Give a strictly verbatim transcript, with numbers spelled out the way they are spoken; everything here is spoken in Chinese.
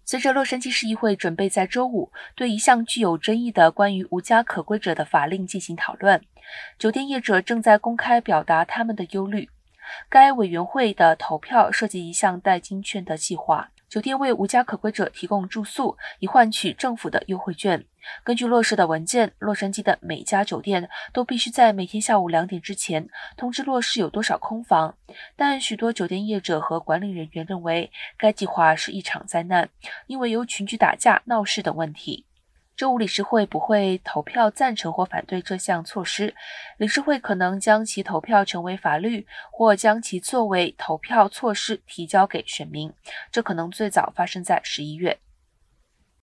随着洛杉矶市议会准备在周五对一项具有争议的关于无家可归者的法令进行讨论，酒店业者正在公开表达他们的忧虑。该委员会的投票涉及一项代金券的计划，酒店为无家可归者提供住宿，以换取政府的优惠券。根据洛市的文件，洛杉矶的每家酒店都必须在每天下午两点之前通知洛市有多少空房，但许多酒店业者和管理人员认为该计划是一场灾难，因为有群聚打架、闹事等问题。周五理事会不会投票赞成或反对这项措施，理事会可能将其投票成为法律，或将其作为投票措施提交给选民，这可能最早发生在十一月。